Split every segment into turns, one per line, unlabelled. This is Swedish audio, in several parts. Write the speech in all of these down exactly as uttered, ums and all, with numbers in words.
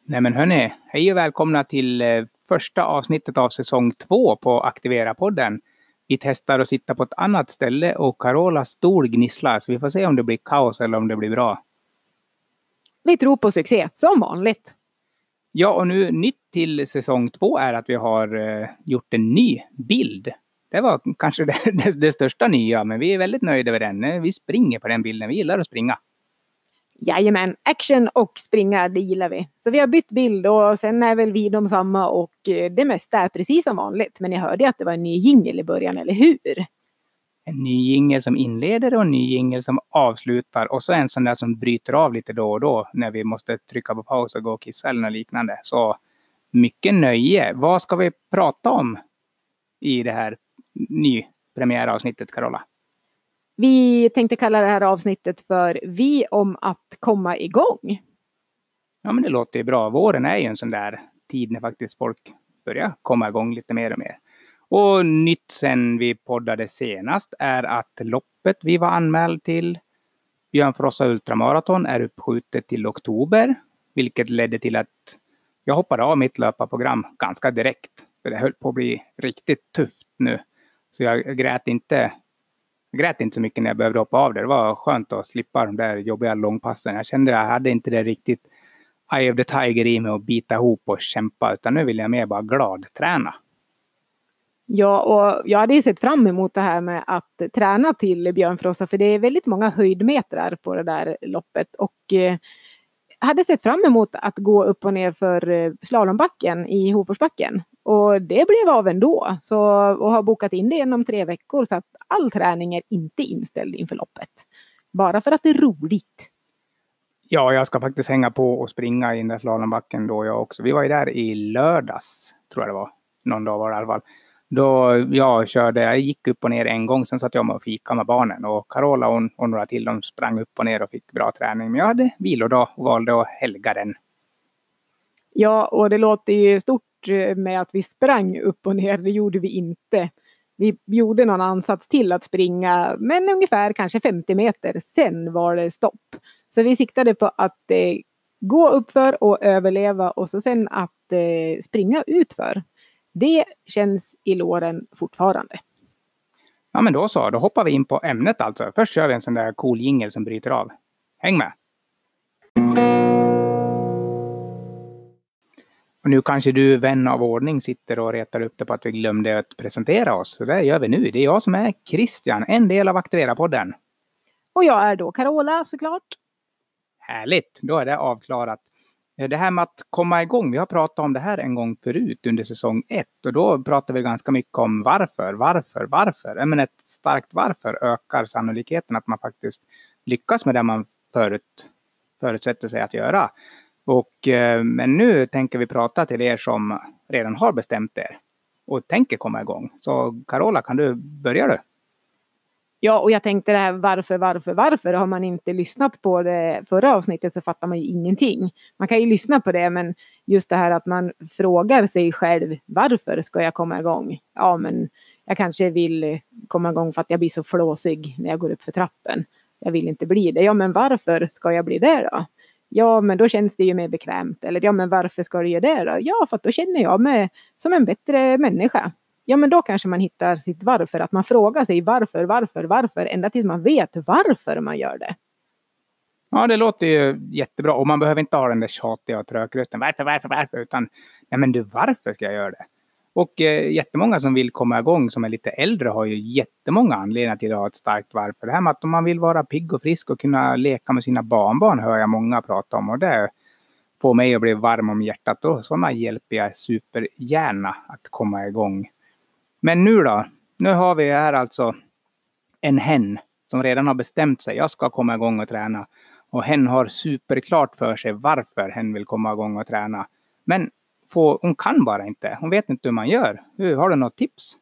Nej men hörni, hej och välkomna till eh, första avsnittet av säsong två på Aktivera-podden. Vi testar att sitta på ett annat ställe och Carolas stol gnisslar, så vi får se om det blir kaos eller om det blir bra.
Vi tror på succé, som vanligt.
Ja, och nu nytt till säsong två är att vi har eh, gjort en ny bild. Det var kanske det, det, det största nya, men vi är väldigt nöjda med den. Vi springer på den bilden, vi gillar att springa.
Jajamän, action och springa, det gillar vi. Så vi har bytt bild och sen är väl vi de samma och det mesta är precis som vanligt. Men jag hörde att det var en ny jingle i början, eller hur?
En ny jingle som inleder och en ny jingle som avslutar. Och så en sån där som bryter av lite då och då när vi måste trycka på paus och gå och kissa eller något liknande. Så mycket nöje. Vad ska vi prata om i det här nypremiäravsnittet, Carola?
Vi tänkte kalla det här avsnittet för Vi om att komma igång.
Ja, men det låter ju bra. Våren är ju en sån där tid när faktiskt folk börjar komma igång lite mer och mer. Och nytt sen vi poddade senast är att loppet vi var anmäld till, Björnfrossa Ultramaraton, är uppskjutet till oktober. Vilket ledde till att jag hoppade av mitt löparprogram ganska direkt. För det höll på att bli riktigt tufft nu. Så jag grät inte, jag grät inte så mycket när jag behövde hoppa av det. Det var skönt att slippa de där jobbiga långpassen. Jag kände att jag hade inte det riktigt Eye of the Tiger i mig att bita ihop och kämpa. Utan nu vill jag mer bara glad träna.
Ja, och jag hade ju sett fram emot det här med att träna till Björnfrossa. För det är väldigt många höjdmetrar på det där loppet. Och eh, hade sett fram emot att gå upp och ner för eh, slalombacken i Hoforsbacken. Och det blev av ändå. Så, och har bokat in det inom tre veckor. Så att all träning är inte inställd inför loppet. Bara för att det är roligt.
Ja, jag ska faktiskt hänga på och springa i den där slalombacken då jag också. Vi var ju där i lördags, tror jag det var. Någon dag var det i alla fall. Då jag körde, jag gick upp och ner en gång, sen satt jag med och fika med barnen. Och Carola och, och några till, de sprang upp och ner och fick bra träning. Men jag hade vilodag och valde att helga den.
Ja, och det låter ju stort med att vi sprang upp och ner. Det gjorde vi inte. Vi gjorde någon ansats till att springa, men ungefär kanske femtio meter. Sen var det stopp. Så vi siktade på att eh, gå uppför och överleva och så sen att eh, springa utför. Det känns i låren fortfarande.
Ja, men då så. Då hoppar vi in på ämnet alltså. Först kör vi en sån där cool jingle som bryter av. Häng med! Och nu kanske du, vän av ordning, sitter och retar upp det på att vi glömde att presentera oss. Så det gör vi nu. Det är jag som är Christian, en del av Aktivera-podden.
Och jag är då Carola, såklart.
Härligt, då är det avklarat. Det här med att komma igång, vi har pratat om det här en gång förut under säsong ett. Och då pratade vi ganska mycket om varför, varför, varför. Men ett starkt varför ökar sannolikheten att man faktiskt lyckas med det man förut, förutsätter sig att göra. Och, men nu tänker vi prata till er som redan har bestämt er och tänker komma igång. Så Carola, kan du börja du?
Ja, och jag tänkte det här varför, varför, varför. Har man inte lyssnat på det förra avsnittet så fattar man ju ingenting. Man kan ju lyssna på det, men just det här att man frågar sig själv, varför ska jag komma igång? Ja, men jag kanske vill komma igång för att jag blir så flåsig när jag går upp för trappen. Jag vill inte bli det. Ja, men varför ska jag bli det då? Ja, men då känns det ju mer bekvämt. Eller ja, men varför ska du göra det då? Ja, för att då känner jag mig som en bättre människa. Ja, men då kanske man hittar sitt varför. Att man frågar sig varför, varför, varför. Ända tills man vet varför man gör det.
Ja, det låter ju jättebra. Och man behöver inte ha den där tjatiga och trökrösten. Varför, varför, varför? Utan, nej men du, varför ska jag göra det? Och eh, jättemånga som vill komma igång som är lite äldre har ju jättemånga anledningar till att ha ett starkt varför. Det här med att om man vill vara pigg och frisk och kunna leka med sina barnbarn hör jag många prata om. Och det får mig att bli varm om hjärtat. Och sådana hjälper jag supergärna att komma igång. Men nu då? Nu har vi här alltså en hen som redan har bestämt sig. Jag ska komma igång och träna. Och hen har superklart för sig varför hen vill komma igång och träna. Men få, hon kan bara inte. Hon vet inte hur man gör. Hur, har du något tips?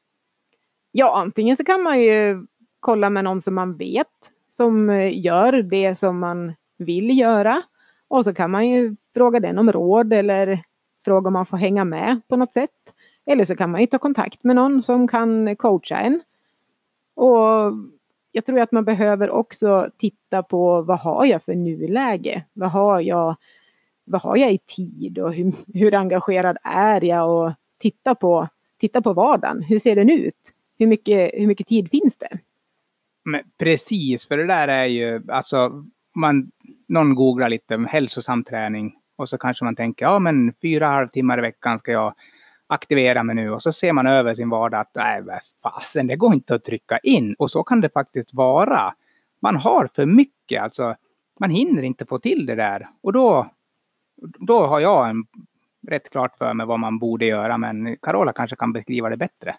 Ja, antingen så kan man ju kolla med någon som man vet. Som gör det som man vill göra. Och så kan man ju fråga den om råd. Eller fråga om man får hänga med på något sätt. Eller så kan man ju ta kontakt med någon som kan coacha en. Och jag tror att man behöver också titta på vad har jag för nuläge? Vad har jag vad har jag i tid och hur, hur engagerad är jag, och titta på, titta på vardagen. Hur ser den ut? Hur mycket, hur mycket tid finns det?
Men precis, för det där är ju, alltså, man, någon googlar lite om hälsosam träning och så kanske man tänker, ja men fyra halvtimmar i veckan ska jag aktivera mig nu, och så ser man över sin vardag att nej, vad fasen, det går inte att trycka in, och så kan det faktiskt vara. Man har för mycket, alltså man hinner inte få till det där, och då, då har jag en, rätt klart för mig vad man borde göra, men Carola kanske kan beskriva det bättre.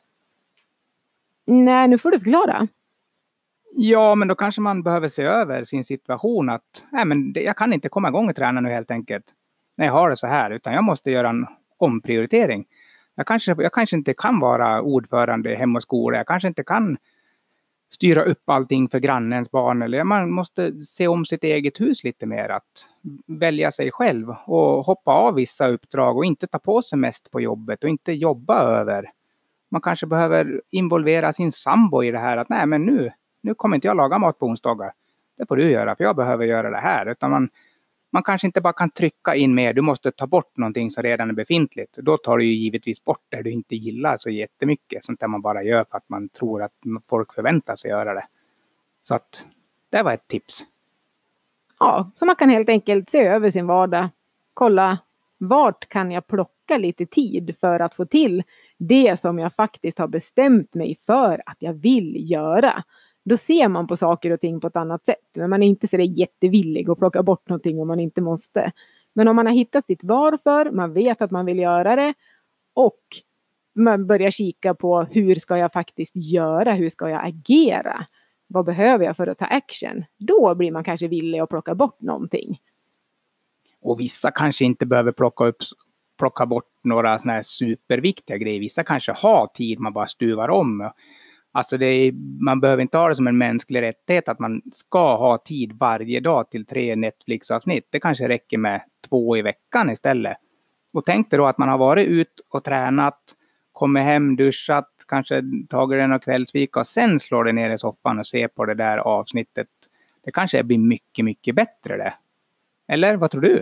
Nej, nu får du förklara.
Ja, men då kanske man behöver se över sin situation att nej, men det, jag kan inte komma igång och träna nu helt enkelt när jag har det så här, utan jag måste göra en omprioritering. Jag kanske, jag kanske inte kan vara ordförande i Hem och skola, jag kanske inte kan styra upp allting för grannens barn, eller man måste se om sitt eget hus lite mer, att välja sig själv och hoppa av vissa uppdrag och inte ta på sig mest på jobbet och inte jobba över. Man kanske behöver involvera sin sambo i det här, att nej men nu Nu kommer inte jag laga mat på onsdagar. Det får du göra, för jag behöver göra det här. Utan man, man kanske inte bara kan trycka in mer. Du måste ta bort någonting som redan är befintligt. Då tar du ju givetvis bort det du inte gillar så jättemycket. Sånt där man bara gör för att man tror att folk förväntar sig göra det. Så att det var ett tips.
Ja, så man kan helt enkelt se över sin vardag. Kolla, vart kan jag plocka lite tid för att få till det som jag faktiskt har bestämt mig för att jag vill göra. Då ser man på saker och ting på ett annat sätt. Men man är inte så jättevillig att plocka bort någonting om man inte måste. Men om man har hittat sitt varför, man vet att man vill göra det, och man börjar kika på hur ska jag faktiskt göra, hur ska jag agera, vad behöver jag för att ta action, då blir man kanske villig att plocka bort någonting.
Och vissa kanske inte behöver plocka upp plocka bort några såna här superviktiga grejer. Vissa kanske har tid, man bara stuvar om. Alltså det är, man behöver inte ha det som en mänsklig rättighet att man ska ha tid varje dag till tre Netflix-avsnitt. Det kanske räcker med två i veckan istället. Och tänk dig då att man har varit ut och tränat, kommit hem, duschat, kanske tagit en kvällsvika och sen slår det ner i soffan och ser på det där avsnittet. Det kanske blir mycket, mycket bättre det. Eller vad tror du?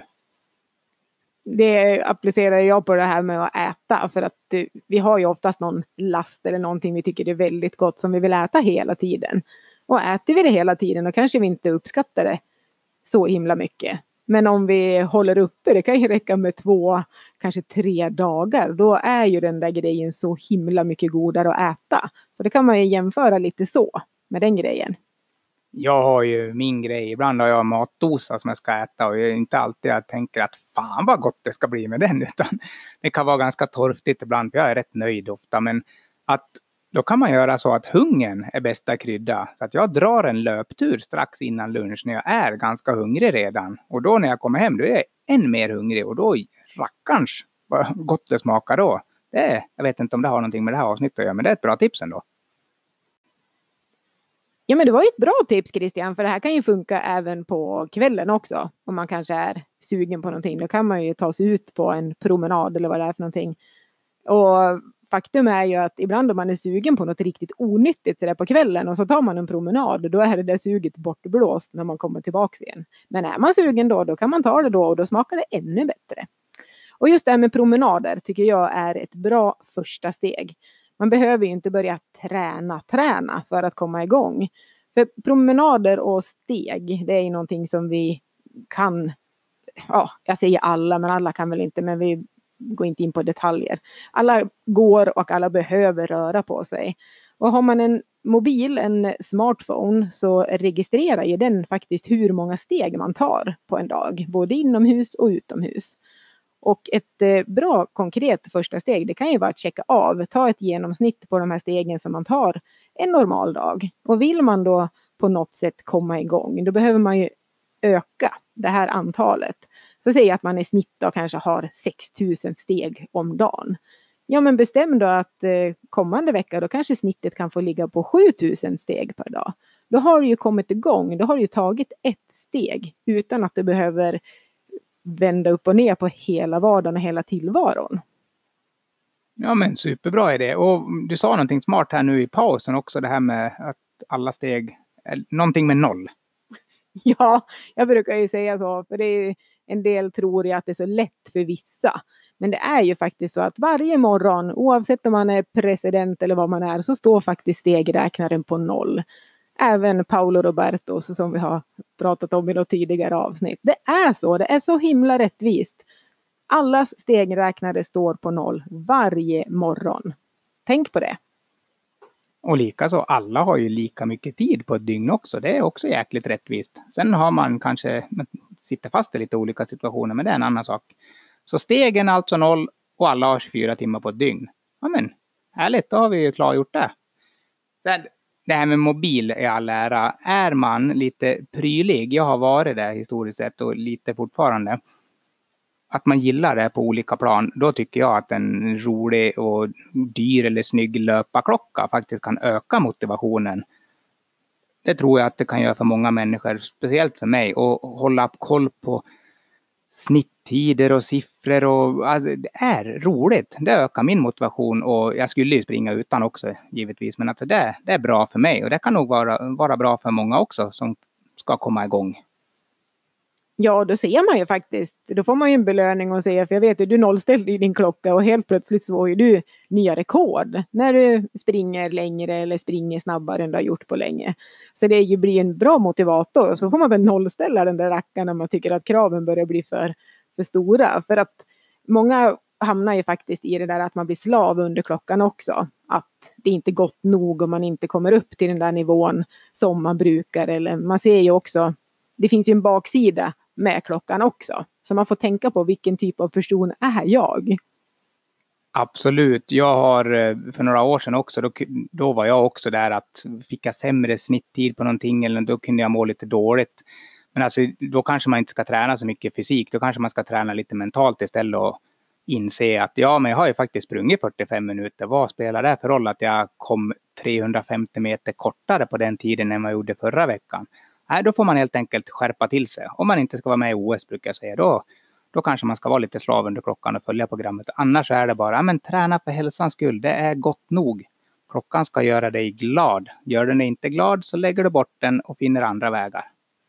Det applicerar jag på det här med att äta, för att vi har ju oftast någon last eller någonting vi tycker är väldigt gott som vi vill äta hela tiden. Och äter vi det hela tiden då kanske vi inte uppskattar det så himla mycket. Men om vi håller uppe, det kan ju räcka med två, kanske tre dagar, då är ju den där grejen så himla mycket godare att äta. Så det kan man ju jämföra lite så med den grejen.
Jag har ju min grej. Ibland har jag matdosa som jag ska äta och jag är inte alltid jag tänker att fan vad gott det ska bli med den. Utan det kan vara ganska torftigt ibland, för jag är rätt nöjd ofta. Men att då kan man göra så att hungern är bästa krydda. Så att jag drar en löptur strax innan lunch när jag är ganska hungrig redan. Och då när jag kommer hem då är jag än mer hungrig. Och då rackarns vad gott det smakar då. Det är, jag vet inte om det har någonting med det här avsnittet att göra, men det är ett bra tips ändå.
Ja, men det var ju ett bra tips, Christian, för det här kan ju funka även på kvällen också. Om man kanske är sugen på någonting, då kan man ju ta sig ut på en promenad eller vad det är för någonting. Och faktum är ju att ibland om man är sugen på något riktigt onyttigt så där på kvällen och så tar man en promenad, då är det där suget bortblåst när man kommer tillbaka igen. Men är man sugen då, då kan man ta det då och då smakar det ännu bättre. Och just det här med promenader tycker jag är ett bra första steg. Man behöver ju inte börja träna, träna för att komma igång. För promenader och steg, det är ju någonting som vi kan, ja, jag säger alla, men alla kan väl inte, men vi går inte in på detaljer. Alla går och alla behöver röra på sig. Och har man en mobil, en smartphone, så registrerar ju den faktiskt hur många steg man tar på en dag, både inomhus och utomhus. Och ett eh, bra konkret första steg, det kan ju vara att checka av, ta ett genomsnitt på de här stegen som man tar en normal dag. Och vill man då på något sätt komma igång, då behöver man ju öka det här antalet. Så säg att man i snitt då kanske har sex tusen steg om dagen. Ja, men bestäm då att eh, kommande vecka då kanske snittet kan få ligga på sju tusen steg per dag. Då har du ju kommit igång, då har du ju tagit ett steg utan att det behöver vända upp och ner på hela vardagen och hela tillvaron.
Ja, men superbra idé. Och du sa någonting smart här nu i pausen också, det här med att alla steg, någonting med noll.
Ja, jag brukar ju säga så, för det är, En del tror ju att det är så lätt för vissa. Men det är ju faktiskt så att varje morgon, oavsett om man är president eller vad man är, så står faktiskt stegräknaren på noll. Även Paolo Roberto, som vi har pratat om i något tidigare avsnitt. Det är så, det är så himla rättvist. Allas stegräknare står på noll varje morgon. Tänk på det.
Och lika så, alla har ju lika mycket tid på ett dygn också. Det är också jäkligt rättvist. Sen har man kanske, sitter fast i lite olika situationer, men det är en annan sak. Så stegen är alltså noll och alla har tjugofyra timmar på ett dygn. Ja men, härligt, då har vi ju klargjort det. Sen, det här med mobil i all ära. Är man lite prylig, jag har varit där historiskt sett och lite fortfarande, att man gillar det på olika plan, då tycker jag att en rolig och dyr eller snygg löparklocka faktiskt kan öka motivationen. Det tror jag att det kan göra för många människor, speciellt för mig, och hålla koll på snitttider och siffror. Och, alltså, det är roligt. Det ökar min motivation och jag skulle ju springa utan också givetvis. Men alltså det, det är bra för mig och det kan nog vara, vara bra för många också som ska komma igång.
Ja, då ser man ju faktiskt, då får man ju en belöning att se, för jag vet ju, du nollställde din klocka och helt plötsligt så var ju du nya rekord när du springer längre eller springer snabbare än du har gjort på länge. Så det ju blir en bra motivator, så får man väl nollställa den där rackaren när man tycker att kraven börjar bli för, för stora. För att många hamnar ju faktiskt i det där att man blir slav under klockan också. Att det inte är gott nog om man inte kommer upp till den där nivån som man brukar. Eller man ser ju också, det finns ju en baksida med klockan också. Så man får tänka på vilken typ av person är jag.
Absolut. Jag har för några år sedan också, då, då var jag också där att fick jag sämre snitttid på någonting eller då kunde jag må lite dåligt. Men alltså då kanske man inte ska träna så mycket fysik. Då kanske man ska träna lite mentalt istället och inse att ja, men jag har ju faktiskt sprungit fyrtiofem minuter. Vad spelar det för roll att jag kom trehundrafemtio meter kortare på den tiden än vad jag gjorde förra veckan? Nej, då får man helt enkelt skärpa till sig. Om man inte ska vara med i O S brukar jag säga, då, då kanske man ska vara lite slav under klockan och följa programmet. Annars är det bara, men träna för hälsans skull. Det är gott nog. Klockan ska göra dig glad. Gör den inte glad så lägger du bort den och finner andra vägar.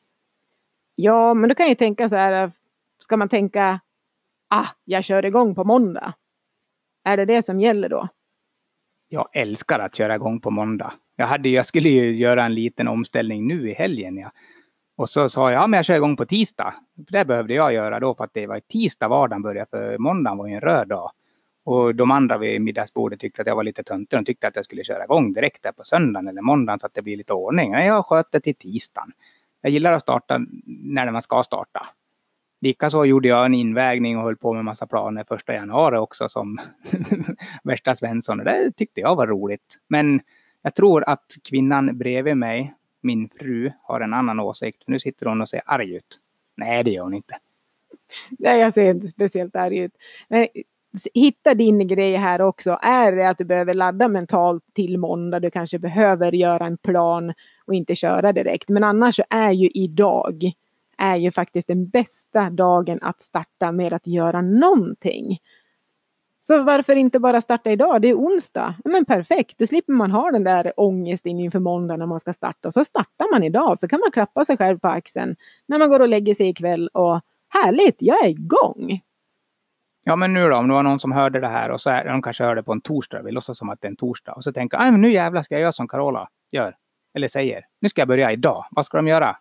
Ja, men då kan jag tänka så här, ska man tänka, ah, jag kör igång på måndag. Är det det som gäller då?
Jag älskar att köra igång på måndag. Jag, hade, jag skulle ju göra en liten omställning nu i helgen. Ja. Och så sa jag, ja men jag kör igång på tisdag. Det behövde jag göra då för att det var tisdag vardagen började. För måndagen var ju en röd dag. Och de andra vid middagsbordet tyckte att jag var lite töntig. De tyckte att jag skulle köra igång direkt där på söndagen eller måndagen så att det blir lite ordning. Men jag sköt det till tisdagen. Jag gillar att starta när man ska starta. Likaså gjorde jag en invägning och höll på med massa planer första januari också som värsta Svensson. Och det tyckte jag var roligt. Men jag tror att kvinnan bredvid mig, min fru, har en annan åsikt. Nu sitter hon och ser arg ut. Nej, det gör hon inte.
Nej, jag ser inte speciellt arg ut. Men hitta din grej här också. Är det att du behöver ladda mentalt till måndag? Du kanske behöver göra en plan och inte köra direkt. Men annars så är ju idag är ju faktiskt den bästa dagen att starta med att göra någonting. Så varför inte bara starta idag? Det är onsdag. Men perfekt, då slipper man ha den där ångesten inför måndag när man ska starta. Och så startar man idag, så kan man klappa sig själv på axeln när man går och lägger sig ikväll. Och härligt, jag är igång.
Ja men nu då, om det var någon som hörde det här och så är de kanske hörde på en torsdag. Vi låtsas som att det är en torsdag. Och så tänker jag, nu jävlar ska jag göra som Carola gör. Eller säger, nu ska jag börja idag. Vad ska de göra?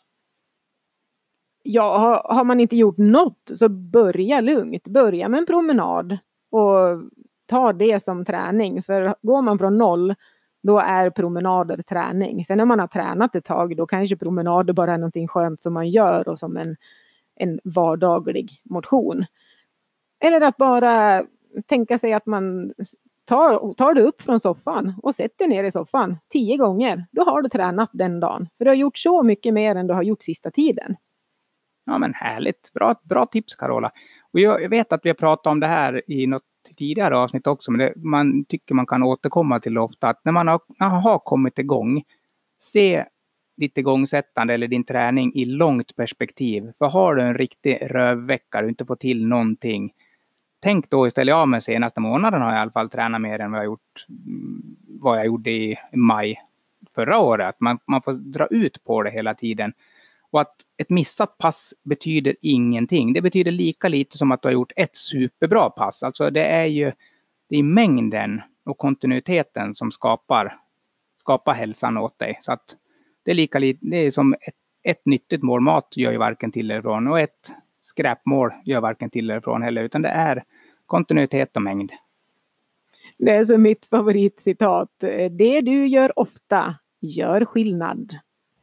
Ja, har, har man inte gjort något så börja lugnt. Börja med en promenad och ta det som träning. För går man från noll, då är promenader träning. Sen när man har tränat ett tag, då kanske promenader bara är någonting skönt som man gör och som en, en vardaglig motion. Eller att bara tänka sig att man tar, tar det upp från soffan och sätter ner i soffan tio gånger. Då har du tränat den dagen. För du har gjort så mycket mer än du har gjort sista tiden.
Ja men härligt. Bra, bra tips Carola. Och jag, jag vet att vi har pratat om det här i något tidigare avsnitt också. Men det, man tycker man kan återkomma till ofta. Att när man har, när man har kommit igång. Se ditt igångsättande eller din träning i långt perspektiv. För har du en riktig rövvecka och inte får till någonting. Tänk då istället, ja men senaste månaden har jag i alla fall tränat mer än vad jag, gjort, vad jag gjorde i maj förra året. Man, man får dra ut på det hela tiden. Och att ett missat pass betyder ingenting. Det betyder lika lite som att du har gjort ett superbra pass. Alltså det är ju det är mängden och kontinuiteten som skapar, skapar hälsan åt dig. Så att det är lika lite, det är som ett, ett nyttigt mål mat gör ju varken till eller från. Och ett skräpmål gör varken till eller från heller. Utan det är kontinuitet och mängd.
Det är så mitt favoritcitat. Det du gör ofta gör skillnad.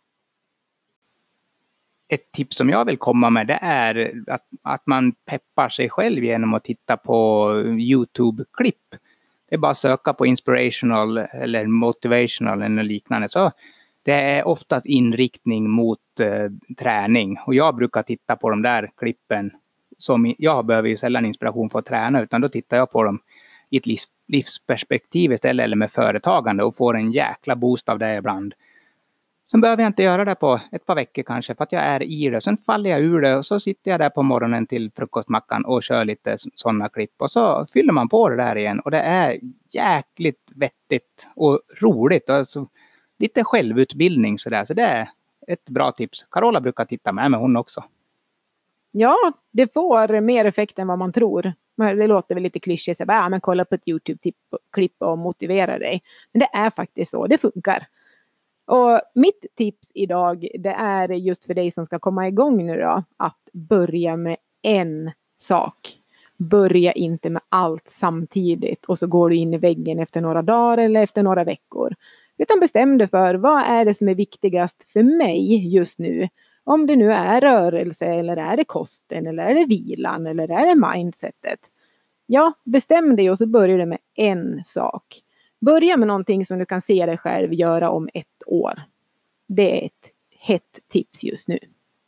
Ett tips som jag vill komma med det är att, att man peppar sig själv genom att titta på YouTube-klipp. Det är bara att söka på inspirational eller motivational eller liknande. Så det är oftast inriktning mot eh, träning. Och jag brukar titta på de där klippen. Som, jag behöver ju sällan inspiration för att träna, utan då tittar jag på dem i ett livs, livsperspektiv istället eller med företagande och får en jäkla boost av det ibland. Sen behöver jag inte göra det på ett par veckor kanske för att jag är i det. Sen faller jag ur det och så sitter jag där på morgonen till frukostmackan och kör lite sådana klipp. Och så fyller man på det där igen. Och det är jäkligt vettigt och roligt. Alltså, lite självutbildning sådär. Så det är ett bra tips. Carola brukar titta med mig hon också.
Ja, det får mer effekt än vad man tror. Det låter väl lite klyschigt. Så bara, ja, men kolla på ett YouTube-klipp och motivera dig. Men det är faktiskt så. Det funkar. Och mitt tips idag, det är just för dig som ska komma igång nu då, att börja med en sak. Börja inte med allt samtidigt och så går du in i väggen efter några dagar eller efter några veckor. Utan bestäm dig för vad är det som är viktigast för mig just nu. Om det nu är rörelse eller är det kosten eller är det vilan eller är det mindsetet. Ja, bestäm dig och så börjar du med en sak. Börja med någonting som du kan se dig själv göra om ett år. Det är ett hett tips just nu.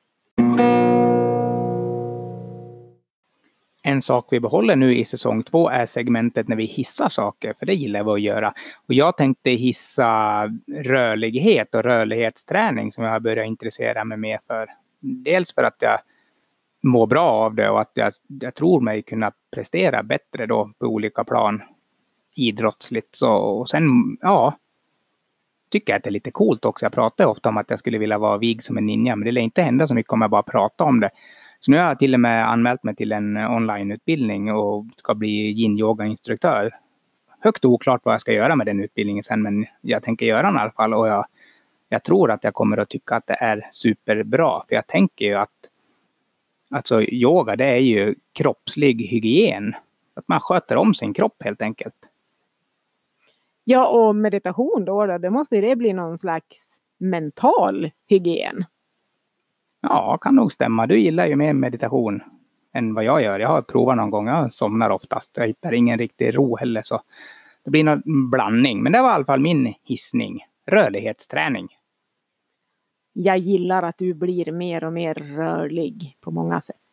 En sak vi behåller nu i säsong två är segmentet när vi hissar saker. För det gillar vi att göra. Och jag tänkte hissa rörlighet och rörlighetsträning som jag har börjat intressera mig mer för. Dels för att jag mår bra av det och att jag, jag tror mig kunna prestera bättre då på olika plan. Idrottsligt så, och sen, ja, tycker jag att det är lite coolt också. Jag pratar ofta om att jag skulle vilja vara vig som en ninja, men det lär inte hända så mycket om jag bara prata om det. Så nu har jag till och med anmält mig till en onlineutbildning och ska bli yin-yoga-instruktör. Högst oklart vad jag ska göra med den utbildningen sen, men jag tänker göra den i alla fall och jag, jag tror att jag kommer att tycka att det är superbra. För jag tänker ju att alltså yoga, det är ju kroppslig hygien. Att man sköter om sin kropp helt enkelt.
Ja, och meditation då, då, det måste det bli någon slags mental hygien.
Ja, kan nog stämma. Du gillar ju mer meditation än vad jag gör. Jag har provat någon gång, jag somnar oftast. Jag hittar ingen riktig ro heller, så det blir någon blandning. Men det var i alla fall min hissning. Rörlighetsträning.
Jag gillar att du blir mer och mer rörlig på många sätt.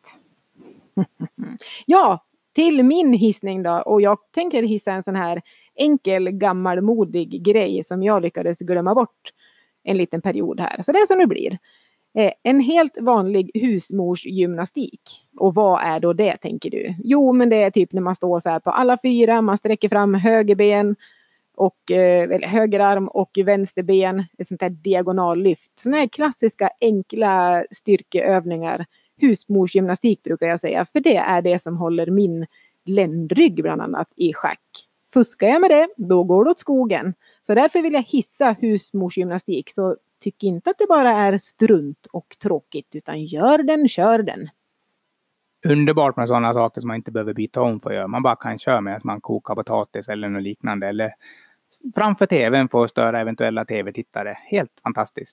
Ja, till min hissning då. Och jag tänker hissa en sån här enkel, gammalmodig grej som jag lyckades glömma bort en liten period här. Så det är som det blir. Eh, en helt vanlig husmorsgymnastik. Och vad är då det, tänker du? Jo, men det är typ när man står så här på alla fyra. Man sträcker fram höger ben och eh, höger arm och vänster ben. Ett sånt här diagonallyft. Såna här klassiska enkla styrkeövningar. Husmorsgymnastik brukar jag säga. För det är det som håller min ländrygg bland annat i schack. Fuskar jag med det, då går det åt skogen. Så därför vill jag hissa husmorsgymnastik. Så tyck inte att det bara är strunt och tråkigt, utan gör den, kör den.
Underbart med sådana saker som man inte behöver byta om för att göra. Man bara kan köra med att man kokar potatis eller något liknande. Eller framför tvn för att störa eventuella tv-tittare. Helt fantastiskt.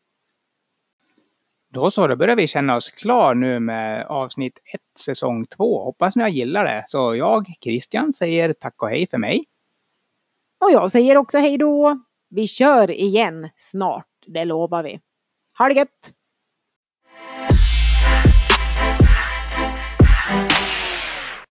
Då så, då börjar vi känna oss klar nu med avsnitt ett, säsong två. Hoppas ni har gillat det. Så jag, Christian, säger tack och hej för mig.
Och jag säger också hej då. Vi kör igen snart, det lovar vi. Ha det gött!